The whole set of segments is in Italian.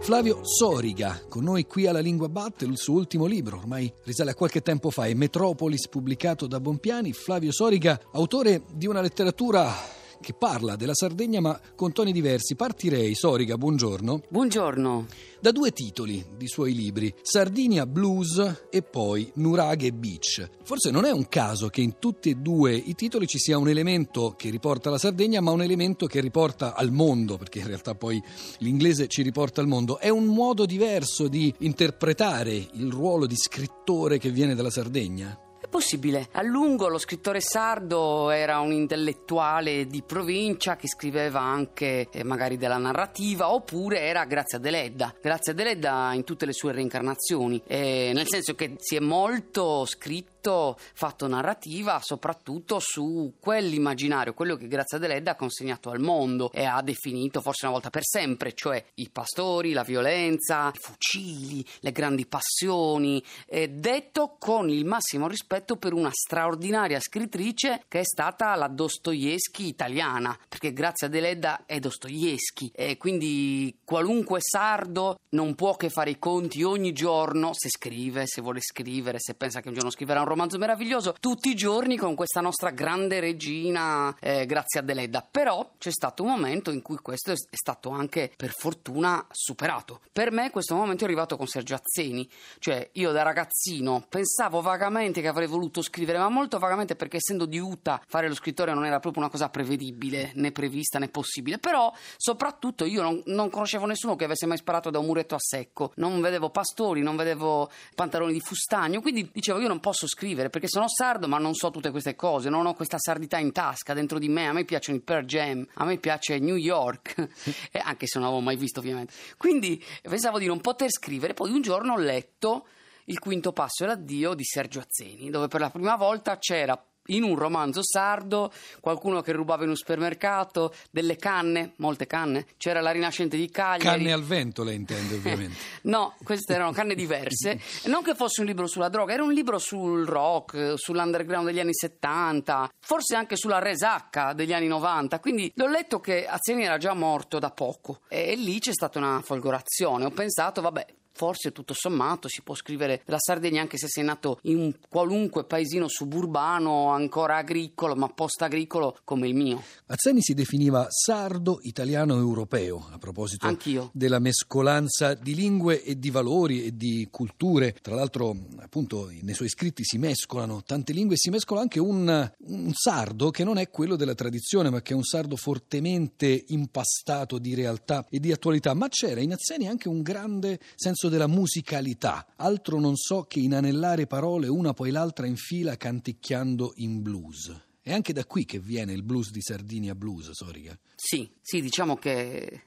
Flavio Soriga, con noi qui alla Lingua Batte. Il suo ultimo libro, ormai risale a qualche tempo fa, è Metropolis, pubblicato da Bompiani. Flavio Soriga, autore di una letteratura che parla della Sardegna ma con toni diversi. Partirei, Soriga, buongiorno. Buongiorno. Da due titoli di suoi libri, Sardinia Blues e poi Nuraghe Beach. Forse non è un caso che in tutti e due i titoli ci sia un elemento che riporta la Sardegna, ma un elemento che riporta al mondo, perché in realtà poi l'inglese ci riporta al mondo. È un modo diverso di interpretare il ruolo di scrittore che viene dalla Sardegna? È possibile. A lungo lo scrittore sardo era un intellettuale di provincia che scriveva anche magari della narrativa, oppure era Grazia Deledda. Grazia Deledda in tutte le sue reincarnazioni, nel senso che si è molto scritto, fatto narrativa soprattutto su quell'immaginario, quello che Grazia Deledda ha consegnato al mondo e ha definito forse una volta per sempre, cioè i pastori, la violenza, i fucili, le grandi passioni, detto con il massimo rispetto per una straordinaria scrittrice che è stata la Dostoevskij italiana, perché Grazia Deledda è Dostoevskij, e quindi qualunque sardo non può che fare i conti ogni giorno, se scrive, se vuole scrivere, se pensa che un giorno scriverà un romanzo meraviglioso, tutti i giorni con questa nostra grande regina Grazia Deledda. Però c'è stato un momento in cui questo è stato anche per fortuna superato. Per me questo momento è arrivato con Sergio Azzeni, cioè io da ragazzino pensavo vagamente che avrei voluto scrivere, ma molto vagamente, perché essendo di Utah fare lo scrittore non era proprio una cosa prevedibile, né prevista né possibile. Però soprattutto io non conoscevo nessuno che avesse mai sparato da un muretto a secco, non vedevo pastori, non vedevo pantaloni di fustagno, quindi dicevo io non posso scrivere perché sono sardo ma non so tutte queste cose, non ho questa sardità in tasca dentro di me. A me piacciono i Pearl Jam, a me piace New York anche se non l'avevo mai visto ovviamente, quindi pensavo di non poter scrivere. Poi un giorno ho letto Il quinto passo e l'addio di Sergio Azzeni, dove per la prima volta c'era in un romanzo sardo qualcuno che rubava in un supermercato delle canne, molte canne, c'era la Rinascente di Cagliari. Canne al vento, lei intende ovviamente. No, queste erano canne diverse. Non che fosse un libro sulla droga, era un libro sul rock, sull'underground degli anni 70, forse anche sulla resacca degli anni 90. Quindi l'ho letto che Azzeni era già morto da poco e lì c'è stata una folgorazione. Ho pensato, vabbè, forse tutto sommato si può scrivere della Sardegna anche se sei nato in un qualunque paesino suburbano, ancora agricolo, ma post-agricolo come il mio. Azzeni si definiva sardo, italiano e europeo, a proposito Anch'io. Della mescolanza di lingue e di valori e di culture. Tra l'altro, appunto, nei suoi scritti si mescolano tante lingue e si mescola anche un sardo che non è quello della tradizione, ma che è un sardo fortemente impastato di realtà e di attualità. Ma c'era in Azzeni anche un grande senso della musicalità, altro non so che inanellare parole una poi l'altra in fila canticchiando in blues. È anche da qui che viene il blues di Sardinia Blues, Soriga? Sì, diciamo che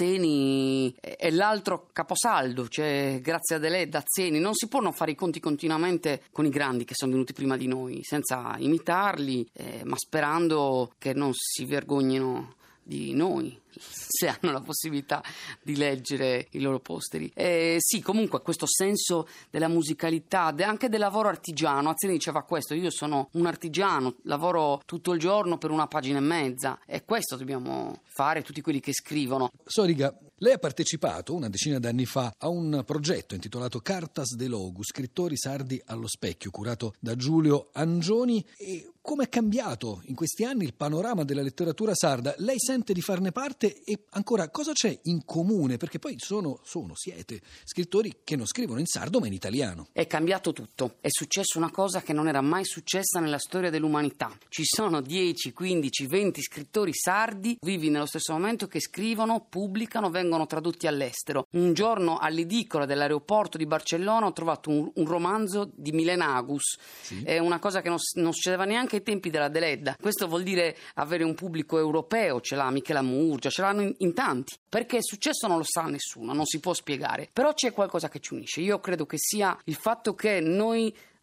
Azzeni è l'altro caposaldo, cioè Grazia Deledda, Azzeni. Non si può non fare i conti continuamente con i grandi che sono venuti prima di noi, senza imitarli, ma sperando che non si vergognino di noi, se hanno la possibilità di leggere i loro posteri. Sì, comunque questo senso della musicalità, anche del lavoro artigiano. Azzeni diceva questo: io sono un artigiano, lavoro tutto il giorno per una pagina e mezza, e questo dobbiamo fare tutti quelli che scrivono. Soriga, lei ha partecipato una decina d'anni fa a un progetto intitolato Cartas de Logu, scrittori sardi allo specchio, curato da Giulio Angioni. E come è cambiato in questi anni il panorama della letteratura sarda? Lei sente di farne parte e ancora cosa c'è in comune? Perché poi siete scrittori che non scrivono in sardo ma in italiano. È cambiato tutto, è successa una cosa che non era mai successa nella storia dell'umanità. Ci sono 10, 15, 20 scrittori sardi vivi nello stesso momento che scrivono, pubblicano, vengono tradotti all'estero. Un giorno all'edicola dell'aeroporto di Barcellona ho trovato un romanzo di Milenagus. Sì. È una cosa che non succedeva neanche ai tempi della Deledda. Questo vuol dire avere un pubblico europeo, ce l'ha Michela Murgia, ce l'hanno in tanti. Perché è successo non lo sa nessuno, non si può spiegare. Però c'è qualcosa che ci unisce. Io credo che sia il fatto che noi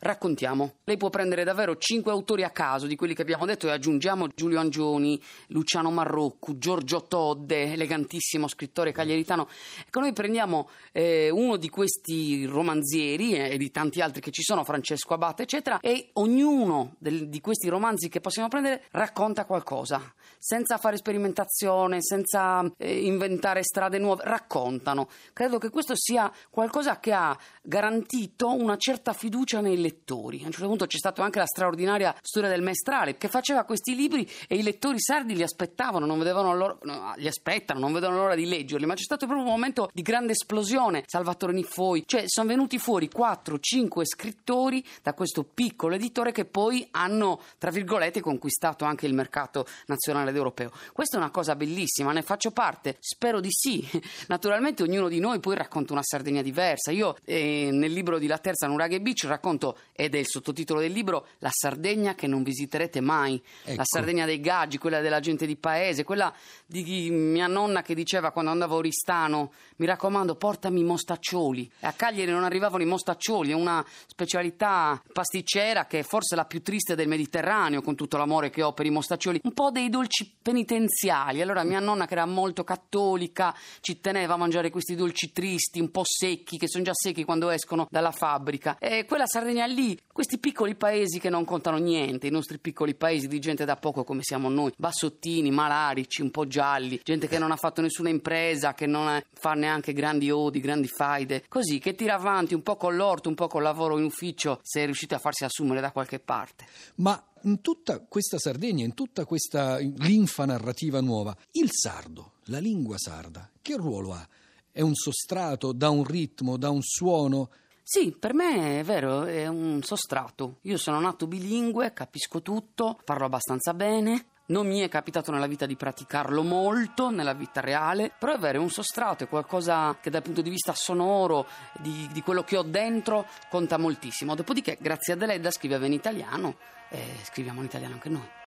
raccontiamo. Lei può prendere davvero 5 autori a caso di quelli che abbiamo detto e aggiungiamo Giulio Angioni, Luciano Marroccu, Giorgio Todde, elegantissimo scrittore cagliaritano. Ecco, noi prendiamo uno di questi romanzieri e di tanti altri che ci sono, Francesco Abate eccetera, e ognuno di questi romanzi che possiamo prendere racconta qualcosa, senza fare sperimentazione, senza inventare strade nuove, raccontano. Credo che questo sia qualcosa che ha garantito una certa fiducia nei lettori. A un certo punto c'è stata anche la straordinaria storia del Maestrale, che faceva questi libri e i lettori sardi li aspettavano, non vedevano l'ora, no, li aspettano, non vedono l'ora di leggerli, ma c'è stato proprio un momento di grande esplosione. Salvatore Niffoi, cioè sono venuti fuori 4-5 scrittori da questo piccolo editore che poi hanno, tra virgolette, conquistato anche il mercato nazionale ed europeo. Questa è una cosa bellissima, ne faccio parte, spero di sì. Naturalmente ognuno di noi poi racconta una Sardegna diversa. Io nel libro di La Terza Nuraghe Beach racconto, ed è il sottotitolo del libro, La Sardegna che non visiterete mai. Ecco. La Sardegna dei Gaggi, quella della gente di paese, quella di mia nonna che diceva quando andavo a Oristano: mi raccomando, portami i mostaccioli. E a Cagliari non arrivavano i mostaccioli, è una specialità pasticcera che è forse la più triste del Mediterraneo, con tutto l'amore che ho per i mostaccioli, un po' dei dolci penitenziali. Allora mia nonna, che era molto cattolica, ci teneva a mangiare questi dolci tristi, un po' secchi, che sono già secchi quando escono dalla fabbrica. E quella Sardegna lì, questi piccoli paesi che non contano niente, i nostri piccoli paesi di gente da poco come siamo noi, bassottini, malarici, un po' gialli, gente che non ha fatto nessuna impresa, che non fa neanche grandi odi, grandi faide, così, che tira avanti un po' con l'orto, un po' col lavoro in ufficio, se è riuscito a farsi assumere da qualche parte. Ma in tutta questa Sardegna, in tutta questa linfa narrativa nuova, il sardo, la lingua sarda, che ruolo ha? È un sostrato, dà un ritmo, dà un suono? Sì, per me è vero, è un sostrato. Io sono nato bilingue, capisco tutto, parlo abbastanza bene. Non mi è capitato nella vita di praticarlo molto, nella vita reale, però è vero, è un sostrato, è qualcosa che dal punto di vista sonoro, di quello che ho dentro, conta moltissimo. Dopodiché, grazie a Deledda, scriveva in italiano e scriviamo in italiano anche noi.